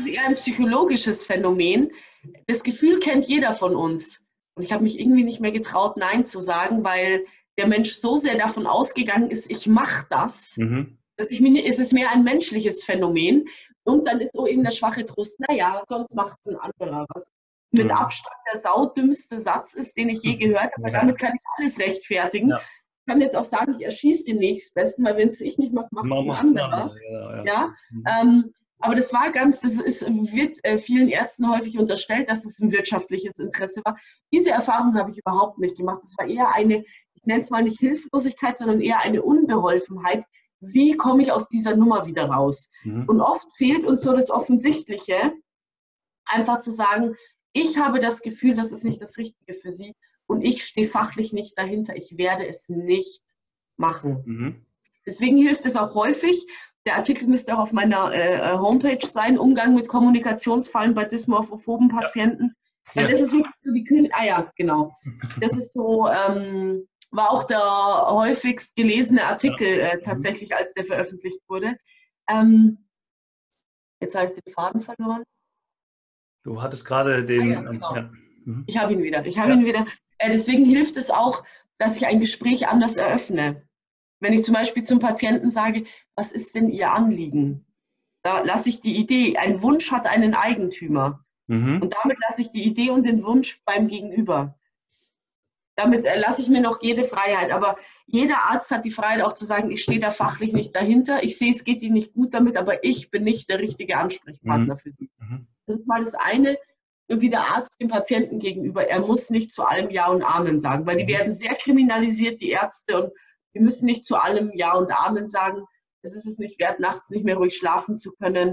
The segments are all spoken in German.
eher ein psychologisches Phänomen. Das Gefühl kennt jeder von uns. Und ich habe mich irgendwie nicht mehr getraut, Nein zu sagen, weil der Mensch so sehr davon ausgegangen ist, ich mache das, dass es ist mehr ein menschliches Phänomen. Und dann ist so eben der schwache Trost, naja, sonst macht es ein anderer. Was mit Abstand der saudümmste Satz ist, den ich je gehört habe, weil damit kann ich alles rechtfertigen. Ja. Ich kann jetzt auch sagen, ich erschieße den nächstbesten, weil wenn es ich nicht mache, macht es ein anderer. Ja? Aber das wird vielen Ärzten häufig unterstellt, dass es ein wirtschaftliches Interesse war. Diese Erfahrung habe ich überhaupt nicht gemacht. Das war eher eine, ich nenne es mal nicht Hilflosigkeit, sondern eher eine Unbeholfenheit. Wie komme ich aus dieser Nummer wieder raus? Und oft fehlt uns so das Offensichtliche, einfach zu sagen, ich habe das Gefühl, das ist nicht das Richtige für Sie und ich stehe fachlich nicht dahinter, ich werde es nicht machen. Deswegen hilft es auch häufig, der Artikel müsste auch auf meiner Homepage sein, Umgang mit Kommunikationsfallen bei dysmorphophoben Patienten. Ja. Das ist wirklich so genau. Das ist so, war auch der häufigst gelesene Artikel tatsächlich, als der veröffentlicht wurde. Jetzt habe ich den Faden verloren. Du hattest gerade den... Genau. Ich habe ihn wieder. Deswegen hilft es auch, dass ich ein Gespräch anders eröffne. Wenn ich zum Beispiel zum Patienten sage, was ist denn Ihr Anliegen? Da lasse ich die Idee, ein Wunsch hat einen Eigentümer. Und damit lasse ich die Idee und den Wunsch beim Gegenüber. Damit lasse ich mir noch jede Freiheit. Aber jeder Arzt hat die Freiheit auch zu sagen, ich stehe da fachlich nicht dahinter. Ich sehe, es geht Ihnen nicht gut damit, aber ich bin nicht der richtige Ansprechpartner für Sie. Das ist mal das eine. Und wie der Arzt dem Patienten gegenüber, er muss nicht zu allem Ja und Amen sagen, weil die werden sehr kriminalisiert, die Ärzte, und wir müssen nicht zu allem Ja und Amen sagen. Es ist es nicht wert, nachts nicht mehr ruhig schlafen zu können.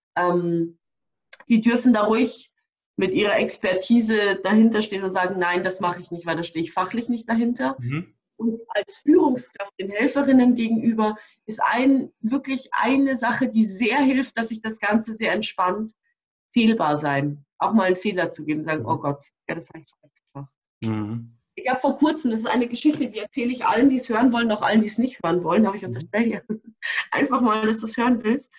Die dürfen da ruhig mit ihrer Expertise dahinter stehen und sagen, nein, das mache ich nicht, weil da stehe ich fachlich nicht dahinter. Und als Führungskraft den Helferinnen gegenüber ist wirklich eine Sache, die sehr hilft, dass sich das Ganze sehr entspannt, fehlbar sein. Auch mal einen Fehler zu geben, sagen, oh Gott, ja, das habe ich falsch gemacht. Ich habe vor kurzem, das ist eine Geschichte, die erzähle ich allen, die es hören wollen, auch allen, die es nicht hören wollen, habe ich unterstellt, ja. Einfach mal, dass du es hören willst.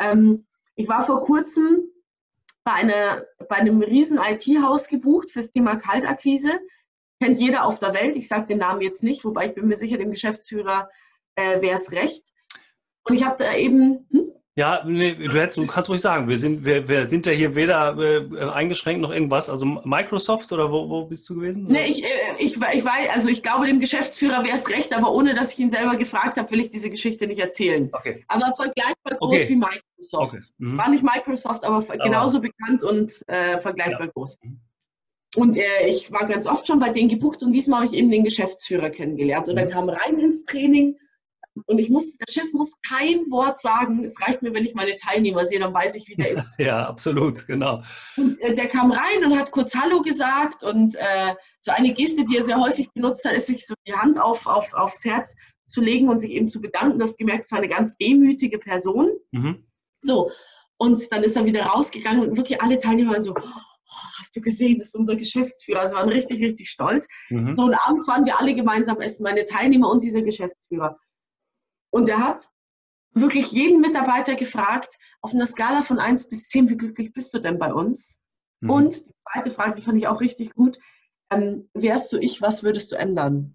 Ich war vor kurzem bei einem riesen IT-Haus gebucht fürs Thema Kaltakquise. Kennt jeder auf der Welt, ich sage den Namen jetzt nicht, wobei ich bin mir sicher, dem Geschäftsführer wäre es recht. Und ich habe da eben... Ja, nee, du kannst ruhig sagen, wir sind ja hier weder eingeschränkt noch irgendwas. Also Microsoft oder wo bist du gewesen? Nee, ich weiß, also ich glaube, dem Geschäftsführer wäre es recht, aber ohne, dass ich ihn selber gefragt habe, will ich diese Geschichte nicht erzählen. Okay. Aber vergleichbar groß wie Microsoft. Okay. War nicht Microsoft, aber genauso bekannt und vergleichbar groß. Und ich war ganz oft schon bei denen gebucht und diesmal habe ich eben den Geschäftsführer kennengelernt. Und er kam rein ins Training. Und der Chef muss kein Wort sagen. Es reicht mir, wenn ich meine Teilnehmer sehe, dann weiß ich, wie der ist. Ja, absolut, genau. Und der kam rein und hat kurz Hallo gesagt. Und so eine Geste, die er sehr häufig benutzt hat, ist, sich so die Hand aufs Herz zu legen und sich eben zu bedanken. Du hast gemerkt, es war eine ganz demütige Person. So, und dann ist er wieder rausgegangen und wirklich alle Teilnehmer waren so, hast du gesehen, das ist unser Geschäftsführer. Also waren richtig, richtig stolz. So, und abends waren wir alle gemeinsam essen, meine Teilnehmer und dieser Geschäftsführer. Und er hat wirklich jeden Mitarbeiter gefragt, auf einer Skala von 1 bis 10, wie glücklich bist du denn bei uns? Und die zweite Frage, die fand ich auch richtig gut, wärst du ich, was würdest du ändern?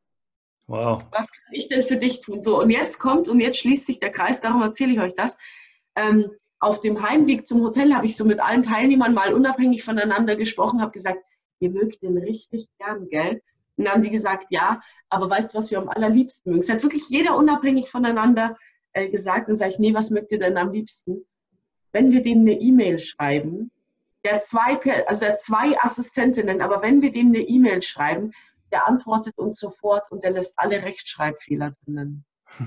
Wow. Was kann ich denn für dich tun? So, und jetzt schließt sich der Kreis, darum erzähle ich euch das. Auf dem Heimweg zum Hotel habe ich so mit allen Teilnehmern mal unabhängig voneinander gesprochen, habe gesagt, ihr mögt den richtig gern, gell? Und dann haben die gesagt, ja, aber weißt du, was wir am allerliebsten mögen? Es hat wirklich jeder unabhängig voneinander gesagt. Und dann sage ich, nee, was mögt ihr denn am liebsten? Wenn wir dem eine E-Mail schreiben, der hat zwei Assistentinnen, aber wenn wir dem eine E-Mail schreiben, der antwortet uns sofort und der lässt alle Rechtschreibfehler drinnen.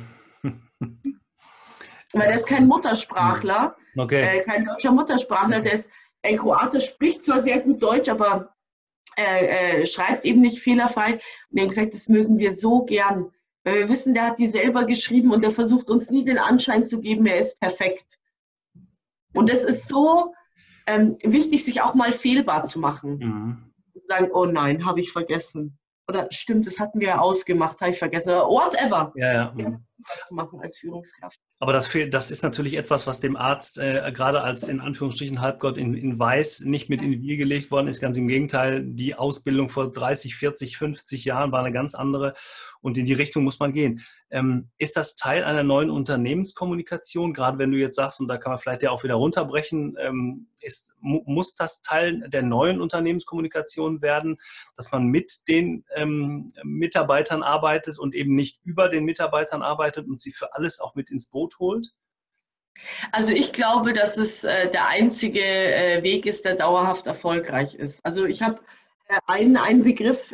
Weil der ist kein Muttersprachler, kein deutscher Muttersprachler, der ist Kroate, spricht zwar sehr gut Deutsch, aber schreibt eben nicht fehlerfrei. Und wir haben gesagt, das mögen wir so gern. Weil wir wissen, der hat die selber geschrieben und der versucht uns nie den Anschein zu geben, er ist perfekt. Und es ist so wichtig, sich auch mal fehlbar zu machen. Und sagen, oh nein, habe ich vergessen. Oder stimmt, das hatten wir ja ausgemacht, habe ich vergessen. Oder whatever. zu machen als Führungskraft. Aber das ist natürlich etwas, was dem Arzt gerade als in Anführungsstrichen Halbgott in Weiß nicht mit in die Wiege gelegt worden ist. Ganz im Gegenteil, die Ausbildung vor 30, 40, 50 Jahren war eine ganz andere und in die Richtung muss man gehen. Ist das Teil einer neuen Unternehmenskommunikation? Gerade wenn du jetzt sagst, und da kann man vielleicht ja auch wieder runterbrechen, muss das Teil der neuen Unternehmenskommunikation werden, dass man mit den Mitarbeitern arbeitet und eben nicht über den Mitarbeitern arbeitet und sie für alles auch mit ins Boot holt? Also ich glaube, dass es der einzige Weg ist, der dauerhaft erfolgreich ist. Also ich habe einen Begriff,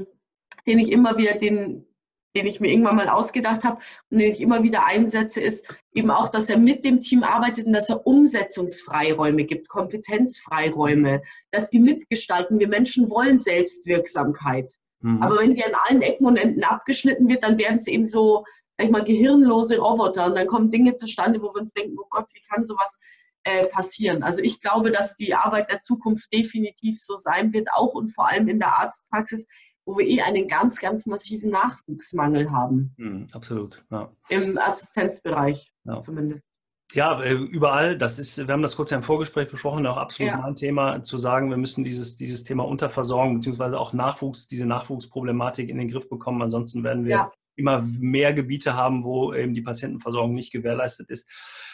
den ich immer wieder, den ich mir irgendwann mal ausgedacht habe und den ich immer wieder einsetze, ist eben auch, dass er mit dem Team arbeitet und dass er Umsetzungsfreiräume gibt, Kompetenzfreiräume, dass die mitgestalten. Wir Menschen wollen Selbstwirksamkeit. Aber wenn die an allen Ecken und Enden abgeschnitten wird, dann werden sie eben so, sag ich mal, gehirnlose Roboter und dann kommen Dinge zustande, wo wir uns denken, oh Gott, wie kann sowas passieren? Also ich glaube, dass die Arbeit der Zukunft definitiv so sein wird, auch und vor allem in der Arztpraxis, wo wir einen ganz, ganz massiven Nachwuchsmangel haben. Absolut, ja. Im Assistenzbereich zumindest. Ja, überall. Wir haben das kurz im Vorgespräch besprochen, auch absolut mein Thema, zu sagen, wir müssen dieses Thema Unterversorgung beziehungsweise auch diese Nachwuchsproblematik in den Griff bekommen. Ansonsten werden wir immer mehr Gebiete haben, wo eben die Patientenversorgung nicht gewährleistet ist.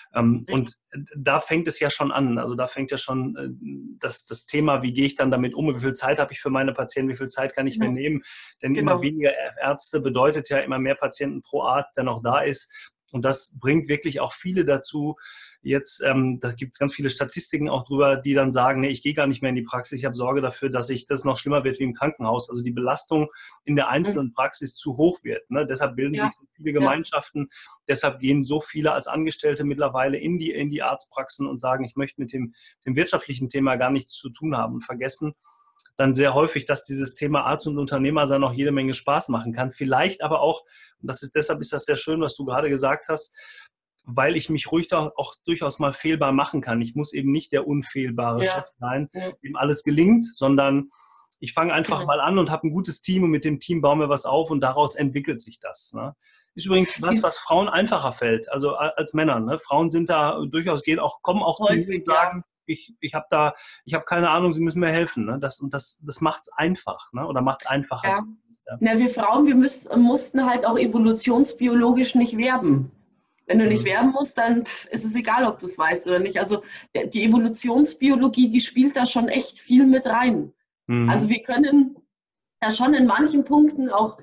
Und da fängt es ja schon an. Also da fängt ja schon das Thema, wie gehe ich dann damit um, wie viel Zeit habe ich für meine Patienten, wie viel Zeit kann ich mir nehmen. Denn immer weniger Ärzte bedeutet ja immer mehr Patienten pro Arzt, der noch da ist. Und das bringt wirklich auch viele dazu. Jetzt, da gibt es ganz viele Statistiken auch drüber, die dann sagen, nee, ich gehe gar nicht mehr in die Praxis, ich habe Sorge dafür, dass das noch schlimmer wird wie im Krankenhaus. Also die Belastung in der einzelnen Praxis zu hoch wird. Ne? Deshalb bilden sich so viele Gemeinschaften, deshalb gehen so viele als Angestellte mittlerweile in die Arztpraxen und sagen, ich möchte mit dem wirtschaftlichen Thema gar nichts zu tun haben und vergessen dann sehr häufig, dass dieses Thema Arzt und Unternehmer sein auch jede Menge Spaß machen kann. Vielleicht aber auch, und deshalb ist das sehr schön, was du gerade gesagt hast, weil ich mich ruhig auch durchaus mal fehlbar machen kann. Ich muss eben nicht der unfehlbare Chef sein, dem alles gelingt, sondern ich fange einfach mal an und habe ein gutes Team und mit dem Team bauen wir was auf und daraus entwickelt sich das. Ne? Ist übrigens was Frauen einfacher fällt, also als Männern. Ne? Frauen sind da durchaus, kommen auch zu mir und sagen, ich habe keine Ahnung, Sie müssen mir helfen. Ne? Das macht es einfach, ne? Oder macht es einfacher. Ja. Na, wir Frauen, wir mussten halt auch evolutionsbiologisch nicht werben. Wenn du nicht werben musst, dann ist es egal, ob du es weißt oder nicht. Also die Evolutionsbiologie, die spielt da schon echt viel mit rein. Also wir können da schon in manchen Punkten auch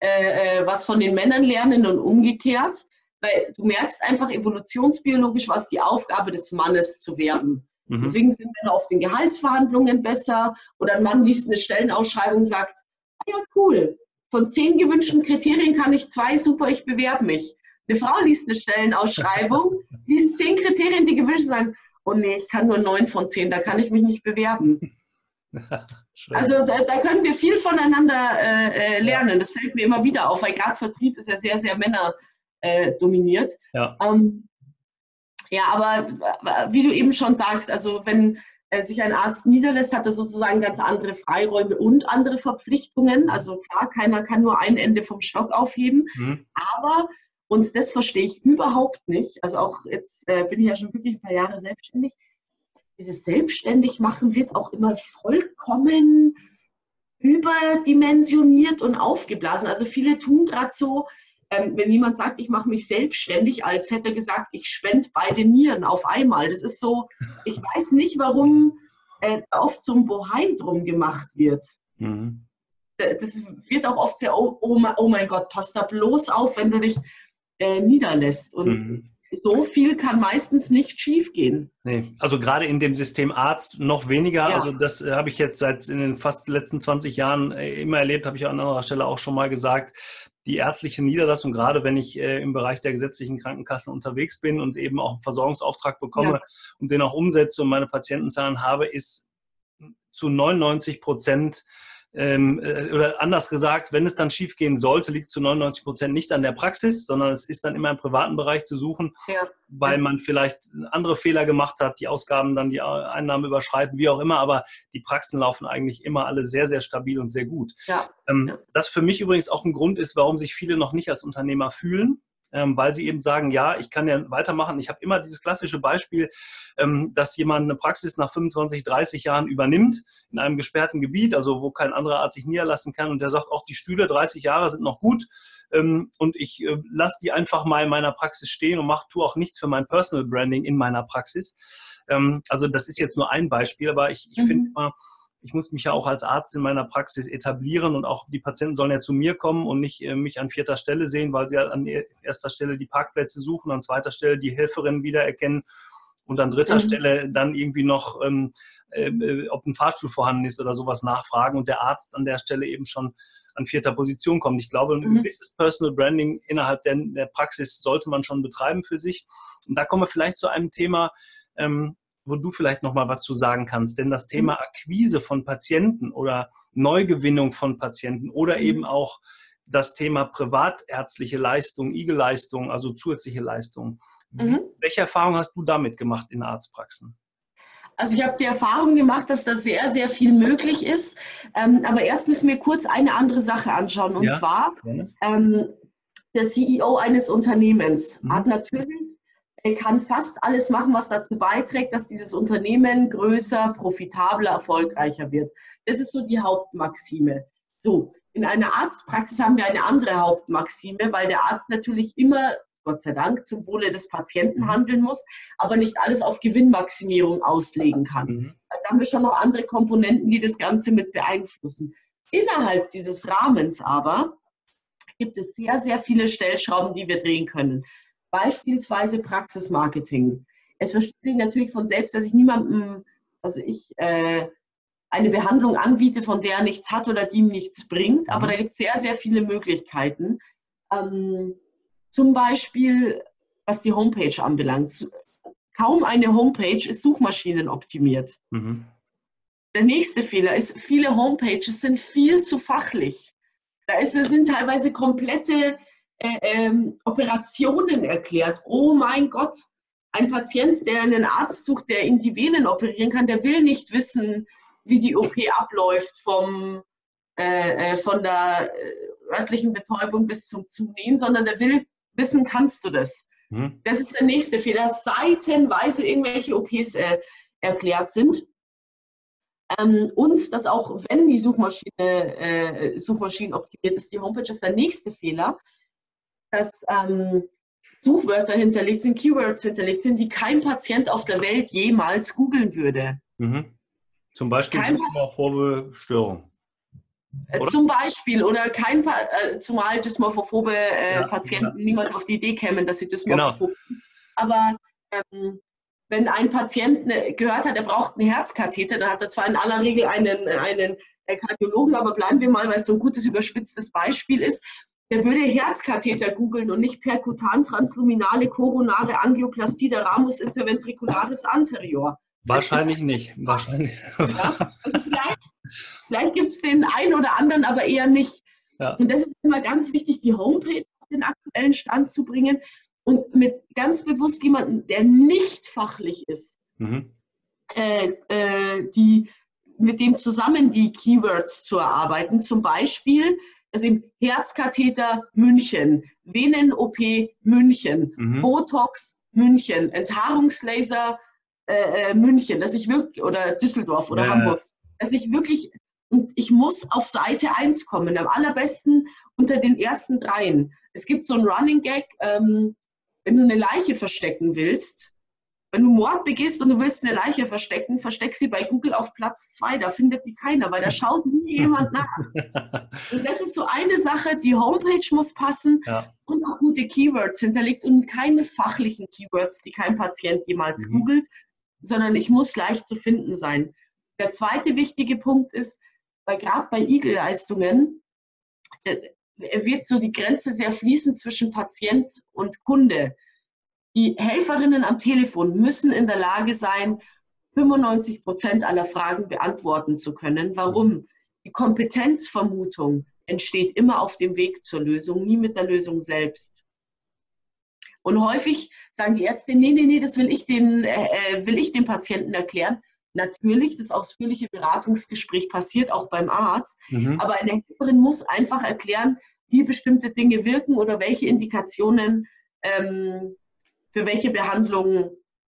was von den Männern lernen und umgekehrt, weil du merkst einfach evolutionsbiologisch, was die Aufgabe des Mannes zu werben. Deswegen sind Männer auf den Gehaltsverhandlungen besser oder ein Mann liest eine Stellenausschreibung und sagt, ja cool, von 10 gewünschten Kriterien kann ich 2, super, ich bewerbe mich. Eine Frau liest eine Stellenausschreibung, liest 10 Kriterien, die gewünscht sind, sagen, oh nee, ich kann nur 9 von 10, da kann ich mich nicht bewerben. Also da können wir viel voneinander lernen. Das fällt mir immer wieder auf, weil gerade Vertrieb ist ja sehr, sehr männerdominiert. Ja, aber wie du eben schon sagst, also wenn sich ein Arzt niederlässt, hat er sozusagen ganz andere Freiräume und andere Verpflichtungen. Also klar, keiner kann nur ein Ende vom Stock aufheben, aber, und das verstehe ich überhaupt nicht, also auch jetzt bin ich ja schon wirklich ein paar Jahre selbstständig, dieses Selbstständigmachen wird auch immer vollkommen überdimensioniert und aufgeblasen. Also viele tun gerade so, wenn jemand sagt, ich mache mich selbstständig, als hätte er gesagt, ich spende beide Nieren auf einmal. Das ist so, ich weiß nicht, warum oft so ein Bohai drum gemacht wird. Das wird auch oft sehr, oh mein Gott, pass da bloß auf, wenn du dich niederlässt. Und so viel kann meistens nicht schief gehen. Nee, also gerade in dem System Arzt noch weniger. Ja. Also das habe ich jetzt seit in den fast letzten 20 Jahren immer erlebt, habe ich an anderer Stelle auch schon mal gesagt. Die ärztliche Niederlassung, gerade wenn ich im Bereich der gesetzlichen Krankenkassen unterwegs bin und eben auch einen Versorgungsauftrag bekomme und den auch umsetze und meine Patientenzahlen habe, ist zu 99%, oder anders gesagt, wenn es dann schief gehen sollte, liegt zu 99% nicht an der Praxis, sondern es ist dann immer im privaten Bereich zu suchen, weil man vielleicht andere Fehler gemacht hat, die Ausgaben dann die Einnahmen überschreiten, wie auch immer, aber die Praxen laufen eigentlich immer alle sehr, sehr stabil und sehr gut. Das für mich übrigens auch ein Grund ist, warum sich viele noch nicht als Unternehmer fühlen, weil sie eben sagen, ja, ich kann ja weitermachen. Ich habe immer dieses klassische Beispiel, dass jemand eine Praxis nach 25, 30 Jahren übernimmt in einem gesperrten Gebiet, also wo kein anderer Arzt sich niederlassen kann und der sagt, auch die Stühle 30 Jahre sind noch gut und ich lasse die einfach mal in meiner Praxis stehen und tue auch nichts für mein Personal Branding in meiner Praxis. Also das ist jetzt nur ein Beispiel, aber ich finde immer, ich muss mich ja auch als Arzt in meiner Praxis etablieren und auch die Patienten sollen ja zu mir kommen und nicht mich an 4. Stelle sehen, weil sie an 1. Stelle die Parkplätze suchen, an 2. Stelle die Helferin wiedererkennen und an 3. Stelle dann irgendwie noch, ob ein Fahrstuhl vorhanden ist oder sowas nachfragen und der Arzt an der Stelle eben schon an 4. Position kommt. Ich glaube, ein gewisses Personal Branding innerhalb der Praxis sollte man schon betreiben für sich. Und da kommen wir vielleicht zu einem Thema, wo du vielleicht noch mal was zu sagen kannst. Denn das Thema Akquise von Patienten oder Neugewinnung von Patienten oder eben auch das Thema privatärztliche Leistung, IG-Leistung, also zusätzliche Leistungen. Welche Erfahrung hast du damit gemacht in Arztpraxen? Also ich habe die Erfahrung gemacht, dass da sehr, sehr viel möglich ist. Aber erst müssen wir kurz eine andere Sache anschauen. Und zwar, der CEO eines Unternehmens hat natürlich, er kann fast alles machen, was dazu beiträgt, dass dieses Unternehmen größer, profitabler, erfolgreicher wird. Das ist so die Hauptmaxime. So, in einer Arztpraxis haben wir eine andere Hauptmaxime, weil der Arzt natürlich immer, Gott sei Dank, zum Wohle des Patienten handeln muss, aber nicht alles auf Gewinnmaximierung auslegen kann. Also da haben wir schon noch andere Komponenten, die das Ganze mit beeinflussen. Innerhalb dieses Rahmens aber gibt es sehr, sehr viele Stellschrauben, die wir drehen können. Beispielsweise Praxismarketing. Es versteht sich natürlich von selbst, dass ich niemandem, eine Behandlung anbiete, von der er nichts hat oder die ihm nichts bringt. Aber da gibt es sehr, sehr viele Möglichkeiten. Zum Beispiel, was die Homepage anbelangt. Kaum eine Homepage ist suchmaschinenoptimiert. Der nächste Fehler ist, viele Homepages sind viel zu fachlich. Da sind teilweise komplette Operationen erklärt. Oh mein Gott, ein Patient, der einen Arzt sucht, der ihm die Venen operieren kann, der will nicht wissen, wie die OP abläuft, von der örtlichen Betäubung bis zum Zunähen, sondern der will wissen, kannst du das? Das ist der nächste Fehler, dass seitenweise irgendwelche OPs erklärt sind. Und dass auch, wenn die Suchmaschinen optimiert ist, die Homepage ist der nächste Fehler, dass Suchwörter hinterlegt sind, Keywords hinterlegt sind, die kein Patient auf der Welt jemals googeln würde. Zum Beispiel dysmorphobe Störung. Zum Beispiel, oder zumal dysmorphobe Patienten niemals auf die Idee kämen, dass sie dysmorphob sind. Aber wenn ein Patient gehört hat, er braucht einen Herzkatheter, dann hat er zwar in aller Regel einen Kardiologen, aber bleiben wir mal, weil es so ein gutes, überspitztes Beispiel ist, der würde Herzkatheter googeln und nicht perkutan transluminale koronare Angioplastie der Ramus interventricularis anterior. Wahrscheinlich nicht. Wahrscheinlich. Ja, also vielleicht gibt es den einen oder anderen, aber eher nicht. Ja. Und das ist immer ganz wichtig, die Homepage auf den aktuellen Stand zu bringen und mit ganz bewusst jemandem, der nicht fachlich ist, mit dem zusammen die Keywords zu erarbeiten. Zum Beispiel, also im Herzkatheter München, Venen-OP München, Botox München, Enthaarungslaser München, dass ich wirklich, oder Düsseldorf oder Hamburg, dass ich wirklich, und ich muss auf Seite 1 kommen, am allerbesten unter den ersten 3. Es gibt so einen Running Gag, wenn du eine Leiche verstecken willst, wenn du Mord begehst und du willst eine Leiche verstecken, versteck sie bei Google auf Platz 2, da findet die keiner, weil da schaut nie jemand nach. Und das ist so eine Sache, die Homepage muss passen und auch gute Keywords hinterlegt und keine fachlichen Keywords, die kein Patient jemals googelt, sondern ich muss leicht zu finden sein. Der zweite wichtige Punkt ist, weil gerade bei IG-Leistungen wird so die Grenze sehr fließend zwischen Patient und Kunde. Die Helferinnen am Telefon müssen in der Lage sein, 95% aller Fragen beantworten zu können. Warum? Die Kompetenzvermutung entsteht immer auf dem Weg zur Lösung, nie mit der Lösung selbst. Und häufig sagen die Ärzte, nee, das will ich dem Patienten erklären. Natürlich, das ausführliche Beratungsgespräch passiert auch beim Arzt, aber eine Helferin muss einfach erklären, wie bestimmte Dinge wirken oder welche Indikationen für welche Behandlungen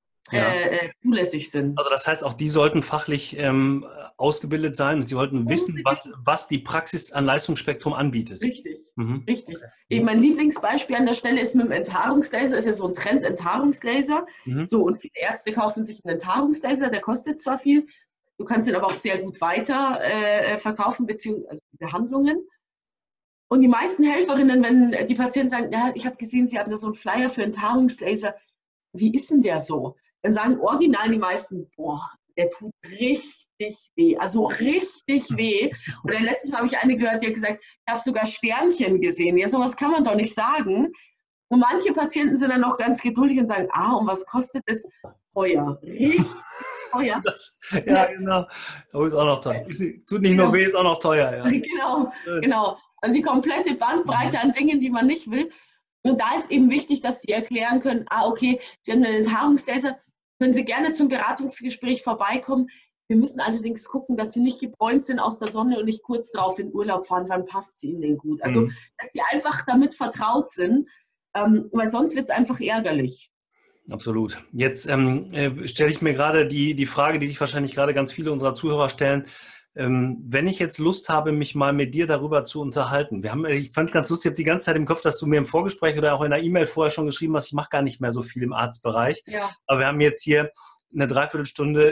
zulässig sind. Also das heißt, auch die sollten fachlich ausgebildet sein und sie sollten wissen, was die Praxis an Leistungsspektrum anbietet. Richtig, richtig. Okay. Mein Lieblingsbeispiel an der Stelle ist mit dem Enthaarungslaser, ist ja so ein Trend, Enthaarungslaser. So, und viele Ärzte kaufen sich einen Enthaarungslaser, der kostet zwar viel, du kannst ihn aber auch sehr gut weiter verkaufen, beziehungsweise Behandlungen. Und die meisten Helferinnen, wenn die Patienten sagen, ja, ich habe gesehen, sie hatten da so einen Flyer für Enthaarungslaser, wie ist denn der so? Dann sagen original die meisten, boah, der tut richtig weh, also richtig weh. Und dann letztes Mal habe ich eine gehört, die hat gesagt, ich habe sogar Sternchen gesehen. Ja, sowas kann man doch nicht sagen. Und manche Patienten sind dann noch ganz geduldig und sagen, und was kostet es? Teuer, richtig teuer. Ja, genau. Das ist auch noch teuer. Tut nicht nur weh, ist auch noch teuer. Ja. Genau. Also die komplette Bandbreite an Dingen, die man nicht will. Und da ist eben wichtig, dass die erklären können, okay, Sie haben einen Enthaarungslaser, können Sie gerne zum Beratungsgespräch vorbeikommen. Wir müssen allerdings gucken, dass Sie nicht gebräunt sind aus der Sonne und nicht kurz darauf in Urlaub fahren, wann passt es Ihnen denn gut. Also, dass die einfach damit vertraut sind, weil sonst wird es einfach ärgerlich. Absolut. Jetzt stelle ich mir gerade die Frage, die sich wahrscheinlich gerade ganz viele unserer Zuhörer stellen. Wenn ich jetzt Lust habe, mich mal mit dir darüber zu unterhalten. Ich fand es ganz lustig, ich habe die ganze Zeit im Kopf, dass du mir im Vorgespräch oder auch in der E-Mail vorher schon geschrieben hast, ich mache gar nicht mehr so viel im Arztbereich. Ja. Aber wir haben jetzt hier eine Dreiviertelstunde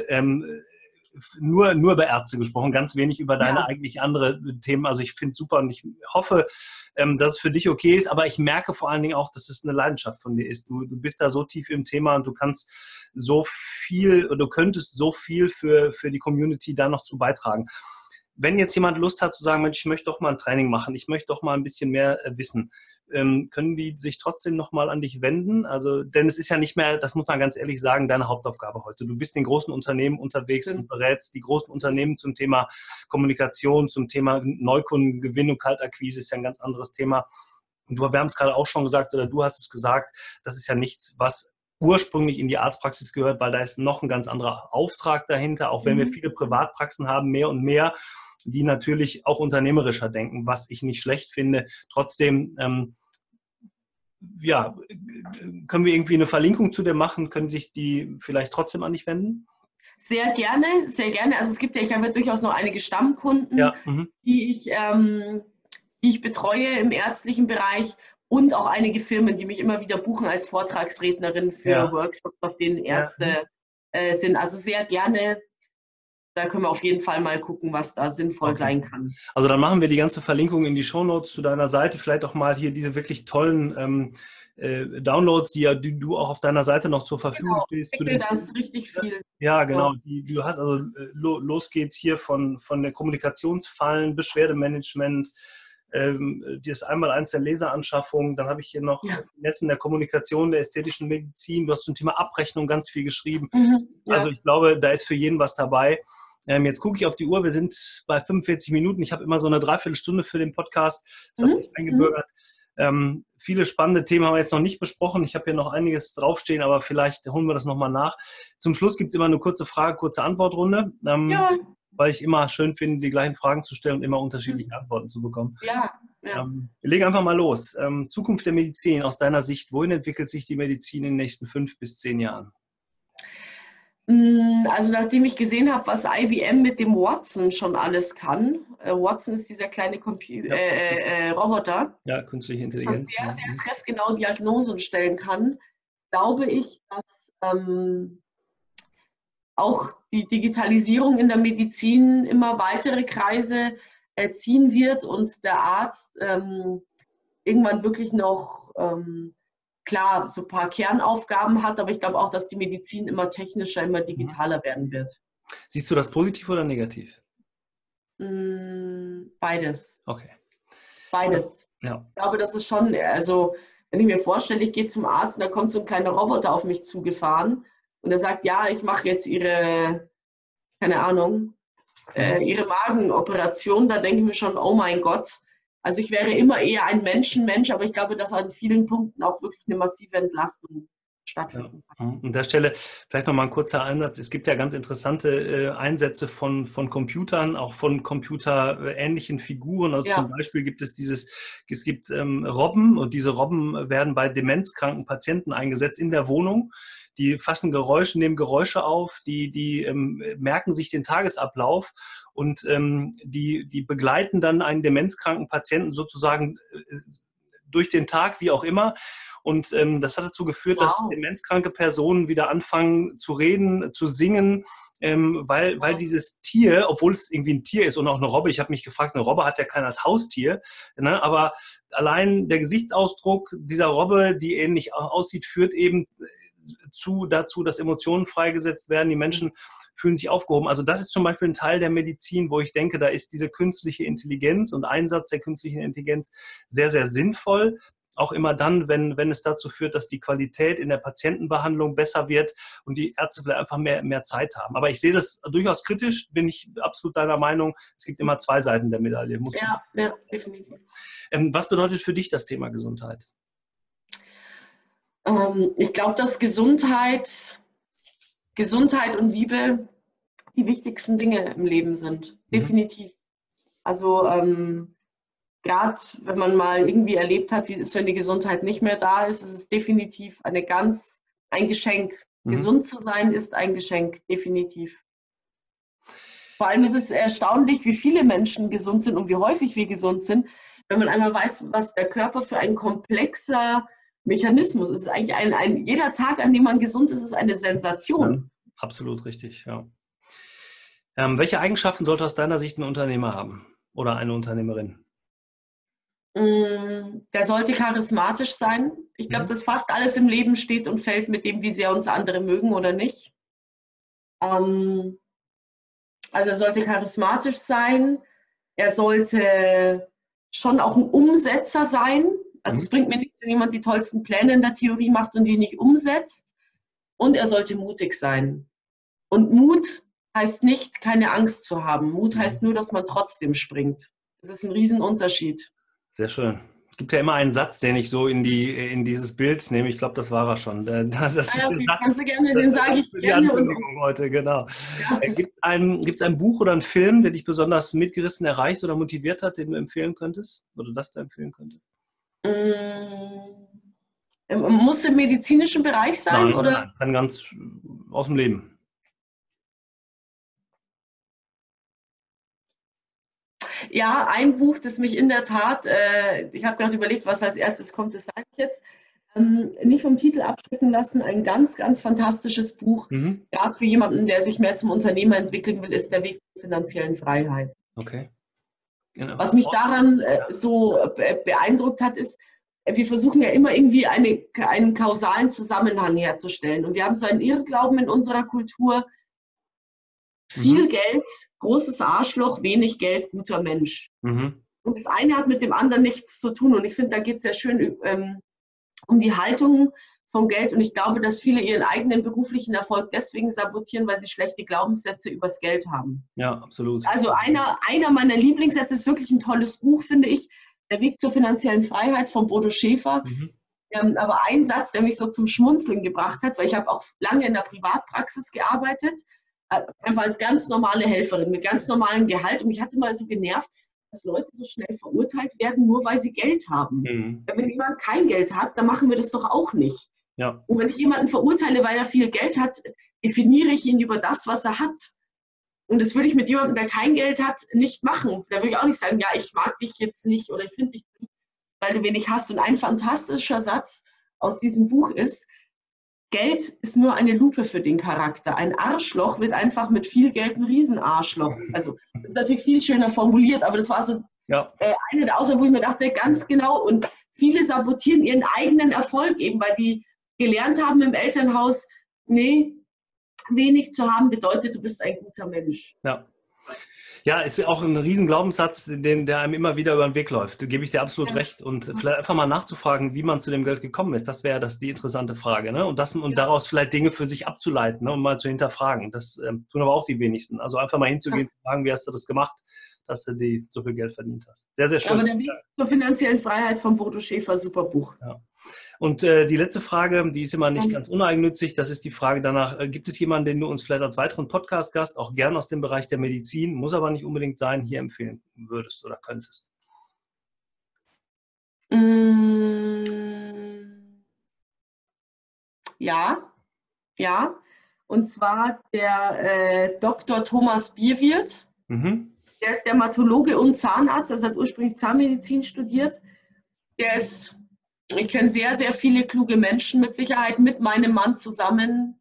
nur über Ärzte gesprochen, ganz wenig über deine eigentlich andere Themen. Also ich finde es super und ich hoffe, dass es für dich okay ist, aber ich merke vor allen Dingen auch, dass es eine Leidenschaft von dir ist. Du bist da so tief im Thema und du kannst so viel, du könntest so viel für die Community da noch zu beitragen. Wenn jetzt jemand Lust hat zu sagen, Mensch, ich möchte doch mal ein Training machen, ich möchte doch mal ein bisschen mehr wissen, können die sich trotzdem noch mal an dich wenden? Also, denn es ist ja nicht mehr, das muss man ganz ehrlich sagen, deine Hauptaufgabe heute. Du bist in großen Unternehmen unterwegs und berätst die großen Unternehmen zum Thema Kommunikation, zum Thema Neukundengewinnung, Kaltakquise ist ja ein ganz anderes Thema. Und wir haben es gerade auch schon gesagt, oder du hast es gesagt, das ist ja nichts, was ursprünglich in die Arztpraxis gehört, weil da ist noch ein ganz anderer Auftrag dahinter, auch wenn wir viele Privatpraxen haben, mehr und mehr, die natürlich auch unternehmerischer denken, was ich nicht schlecht finde. Trotzdem, können wir irgendwie eine Verlinkung zu dir machen? Können sich die vielleicht trotzdem an dich wenden? Sehr gerne, sehr gerne. Also es gibt ich habe durchaus noch einige Stammkunden, die ich betreue im ärztlichen Bereich und auch einige Firmen, die mich immer wieder buchen als Vortragsrednerin für Workshops, auf denen Ärzte sind. Also sehr gerne. Da können wir auf jeden Fall mal gucken, was da sinnvoll sein kann. Also dann machen wir die ganze Verlinkung in die Shownotes zu deiner Seite. Vielleicht auch mal hier diese wirklich tollen Downloads, die du auch auf deiner Seite noch zur Verfügung stehst. Das ist richtig viel. Ja, genau. Du hast also, los geht's hier von der Kommunikationsfallen, Beschwerdemanagement, das Einmaleins der Laseranschaffung. Dann habe ich hier noch Netz in der Kommunikation der ästhetischen Medizin. Du hast zum Thema Abrechnung ganz viel geschrieben. Also ich glaube, da ist für jeden was dabei. Jetzt gucke ich auf die Uhr, wir sind bei 45 Minuten. Ich habe immer so eine Dreiviertelstunde für den Podcast. Das hat sich eingebürgert. Viele spannende Themen haben wir jetzt noch nicht besprochen. Ich habe hier noch einiges draufstehen, aber vielleicht holen wir das nochmal nach. Zum Schluss gibt es immer eine kurze Frage, kurze Antwortrunde, weil ich immer schön finde, die gleichen Fragen zu stellen und immer unterschiedliche Antworten zu bekommen. Wir legen einfach mal los. Zukunft der Medizin aus deiner Sicht. Wohin entwickelt sich die Medizin in den nächsten 5 bis 10 Jahren? Also nachdem ich gesehen habe, was IBM mit dem Watson schon alles kann, Watson ist dieser kleine Roboter, künstliche Intelligenz, der sehr treffgenau Diagnosen stellen kann, glaube ich, dass auch die Digitalisierung in der Medizin immer weitere Kreise ziehen wird und der Arzt irgendwann wirklich noch klar, so ein paar Kernaufgaben hat, aber ich glaube auch, dass die Medizin immer technischer, immer digitaler werden wird. Siehst du das positiv oder negativ? Beides. Okay. Beides. Ich glaube, das ist schon, also wenn ich mir vorstelle, ich gehe zum Arzt und da kommt so ein kleiner Roboter auf mich zugefahren und er sagt, ja, ich mache jetzt Ihre, keine Ahnung, Ihre Magenoperation, da denke ich mir schon, oh mein Gott. Also ich wäre immer eher ein Mensch, aber ich glaube, dass an vielen Punkten auch wirklich eine massive Entlastung stattfinden kann. Ja. An der Stelle vielleicht nochmal ein kurzer Einsatz. Es gibt ja ganz interessante Einsätze von Computern, auch von computerähnlichen Figuren. Also zum Beispiel gibt es Robben, und diese Robben werden bei demenzkranken Patienten eingesetzt in der Wohnung. Die fassen Geräusche, nehmen Geräusche auf, die merken sich den Tagesablauf und die begleiten dann einen demenzkranken Patienten sozusagen durch den Tag, wie auch immer. Und das hat dazu geführt, dass demenzkranke Personen wieder anfangen zu reden, zu singen, weil dieses Tier, obwohl es irgendwie ein Tier ist und auch eine Robbe, ich habe mich gefragt, eine Robbe hat ja keiner als Haustier, ne? Aber allein der Gesichtsausdruck dieser Robbe, die ähnlich aussieht, führt eben dazu, dass Emotionen freigesetzt werden, die Menschen fühlen sich aufgehoben. Also das ist zum Beispiel ein Teil der Medizin, wo ich denke, da ist diese künstliche Intelligenz und Einsatz der künstlichen Intelligenz sehr, sehr sinnvoll. Auch immer dann, wenn es dazu führt, dass die Qualität in der Patientenbehandlung besser wird und die Ärzte vielleicht einfach mehr Zeit haben. Aber ich sehe das durchaus kritisch, bin ich absolut deiner Meinung. Es gibt immer zwei Seiten der Medaille. Ja, definitiv. Was bedeutet für dich das Thema Gesundheit? Ich glaube, dass Gesundheit und Liebe die wichtigsten Dinge im Leben sind. Definitiv. Also gerade wenn man mal irgendwie erlebt hat, wie es, wenn die Gesundheit nicht mehr da ist, ist es definitiv ein Geschenk. Gesund zu sein ist ein Geschenk, definitiv. Vor allem ist es erstaunlich, wie viele Menschen gesund sind und wie häufig wir gesund sind, wenn man einmal weiß, was der Körper für ein komplexer Mechanismus ist. Es ist eigentlich jeder Tag, an dem man gesund ist, ist eine Sensation. Ja, absolut richtig, ja. Welche Eigenschaften sollte aus deiner Sicht ein Unternehmer haben oder eine Unternehmerin? Der sollte charismatisch sein. Ich glaube, dass fast alles im Leben steht und fällt mit dem, wie sehr uns andere mögen oder nicht. Also er sollte charismatisch sein. Er sollte schon auch ein Umsetzer sein. Also es bringt mir nichts, wenn jemand die tollsten Pläne in der Theorie macht und die nicht umsetzt. Und er sollte mutig sein. Und Mut heißt nicht, keine Angst zu haben. Mut heißt nur, dass man trotzdem springt. Das ist ein Riesenunterschied. Sehr schön. Es gibt ja immer einen Satz, den ich so in dieses Bild nehme. Ich glaube, das war er schon. Das ist der Satz. Kannst du gerne, den sage ich gerne. Die Ankündigung heute, genau. Ja. Gibt es ein Buch oder einen Film, der dich besonders mitgerissen, erreicht oder motiviert hat, den du empfehlen könntest? Oder das du empfehlen könntest? Muss im medizinischen Bereich sein? Nein, oder? Kann ganz aus dem Leben. Ja, ein Buch, das mich in der Tat, ich habe gerade überlegt, was als erstes kommt, das sage ich jetzt, nicht vom Titel abschrecken lassen. Ein ganz, ganz fantastisches Buch, gerade für jemanden, der sich mehr zum Unternehmer entwickeln will, ist Der Weg zur finanziellen Freiheit. Okay. Genau. Was mich daran so beeindruckt hat, ist, wir versuchen ja immer irgendwie einen kausalen Zusammenhang herzustellen. Und wir haben so einen Irrglauben in unserer Kultur: viel Geld, großes Arschloch, wenig Geld, guter Mensch. Und das eine hat mit dem anderen nichts zu tun. Und ich finde, da geht es sehr schön um die Haltung vom Geld. Und ich glaube, dass viele ihren eigenen beruflichen Erfolg deswegen sabotieren, weil sie schlechte Glaubenssätze übers Geld haben. Ja, absolut. Also einer meiner Lieblingssätze, ist wirklich ein tolles Buch, finde ich, Der Weg zur finanziellen Freiheit von Bodo Schäfer. Aber ein Satz, der mich so zum Schmunzeln gebracht hat, weil ich habe auch lange in der Privatpraxis gearbeitet, einfach als ganz normale Helferin mit ganz normalem Gehalt. Und mich hat immer so genervt, dass Leute so schnell verurteilt werden, nur weil sie Geld haben. Wenn jemand kein Geld hat, dann machen wir das doch auch nicht. Ja. Und wenn ich jemanden verurteile, weil er viel Geld hat, definiere ich ihn über das, was er hat. Und das würde ich mit jemandem, der kein Geld hat, nicht machen. Da würde ich auch nicht sagen, ja, ich mag dich jetzt nicht oder ich finde dich nicht, weil du wenig hast. Und ein fantastischer Satz aus diesem Buch ist: Geld ist nur eine Lupe für den Charakter. Ein Arschloch wird einfach mit viel Geld ein Riesenarschloch. Also das ist natürlich viel schöner formuliert, aber das war so eine der Aussagen, wo ich mir dachte, ganz genau. Und viele sabotieren ihren eigenen Erfolg eben, weil die gelernt haben im Elternhaus, nee, wenig zu haben bedeutet, du bist ein guter Mensch. Ja. Ja, ist auch ein riesen Glaubenssatz, der einem immer wieder über den Weg läuft. Da gebe ich dir absolut recht. Und vielleicht einfach mal nachzufragen, wie man zu dem Geld gekommen ist. Das wäre die interessante Frage. Ne? Und daraus vielleicht Dinge für sich abzuleiten, ne? Und mal zu hinterfragen. Das tun aber auch die wenigsten. Also einfach mal hinzugehen und fragen, wie hast du das gemacht, dass du so viel Geld verdient hast. Sehr, sehr schön. Aber Der Weg zur finanziellen Freiheit von Bodo Schäfer, super Buch. Ja. Und die letzte Frage, die ist immer nicht ganz uneigennützig, das ist die Frage danach, gibt es jemanden, den du uns vielleicht als weiteren Podcast-Gast, auch gern aus dem Bereich der Medizin, muss aber nicht unbedingt sein, hier empfehlen würdest oder könntest? Ja. Und zwar der Dr. Thomas Bierwirth. Der ist Dermatologe und Zahnarzt, also hat ursprünglich Zahnmedizin studiert. Ich kenne sehr, sehr viele kluge Menschen, mit Sicherheit mit meinem Mann zusammen.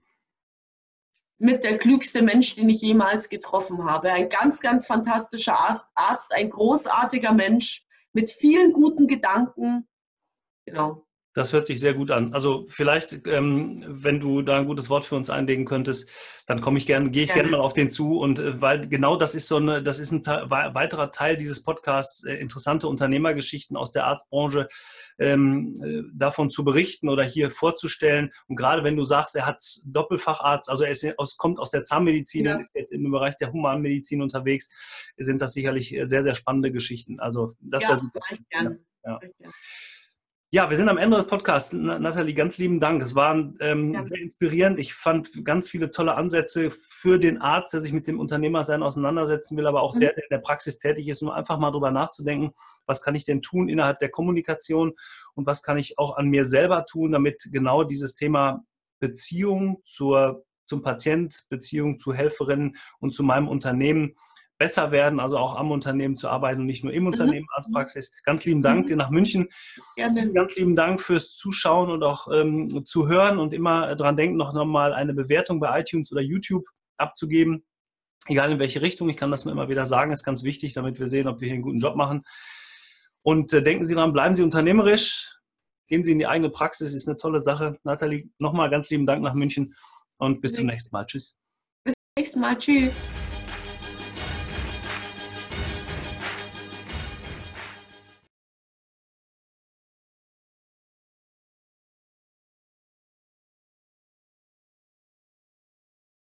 Mit der klügste Mensch, den ich jemals getroffen habe. Ein ganz, ganz fantastischer Arzt, ein großartiger Mensch mit vielen guten Gedanken. Genau. Das hört sich sehr gut an. Also vielleicht, wenn du da ein gutes Wort für uns einlegen könntest, dann gehe ich gerne mal auf den zu. Und weil genau das ist ein weiterer Teil dieses Podcasts, interessante Unternehmergeschichten aus der Arztbranche davon zu berichten oder hier vorzustellen. Und gerade wenn du sagst, er hat Doppelfacharzt, also kommt aus der Zahnmedizin und ist jetzt im Bereich der Humanmedizin unterwegs, sind das sicherlich sehr, sehr spannende Geschichten. Also das wäre super. Ja, wir sind am Ende des Podcasts. Nathalie, ganz lieben Dank. Es war sehr inspirierend. Ich fand ganz viele tolle Ansätze für den Arzt, der sich mit dem Unternehmersein auseinandersetzen will, aber auch der in der Praxis tätig ist, um einfach mal drüber nachzudenken, was kann ich denn tun innerhalb der Kommunikation und was kann ich auch an mir selber tun, damit genau dieses Thema Beziehung zum Patient, Beziehung zu Helferinnen und zu meinem Unternehmen besser werden, also auch am Unternehmen zu arbeiten und nicht nur im Unternehmen als Praxis. Ganz lieben Dank dir nach München. Gerne. Ganz lieben Dank fürs Zuschauen und auch zu hören und immer dran denken, noch mal eine Bewertung bei iTunes oder YouTube abzugeben. Egal in welche Richtung, ich kann das nur immer wieder sagen, ist ganz wichtig, damit wir sehen, ob wir hier einen guten Job machen. Und denken Sie dran, bleiben Sie unternehmerisch, gehen Sie in die eigene Praxis, ist eine tolle Sache. Nathalie, nochmal ganz lieben Dank nach München und bis zum nächsten Mal. Tschüss. Bis zum nächsten Mal. Tschüss.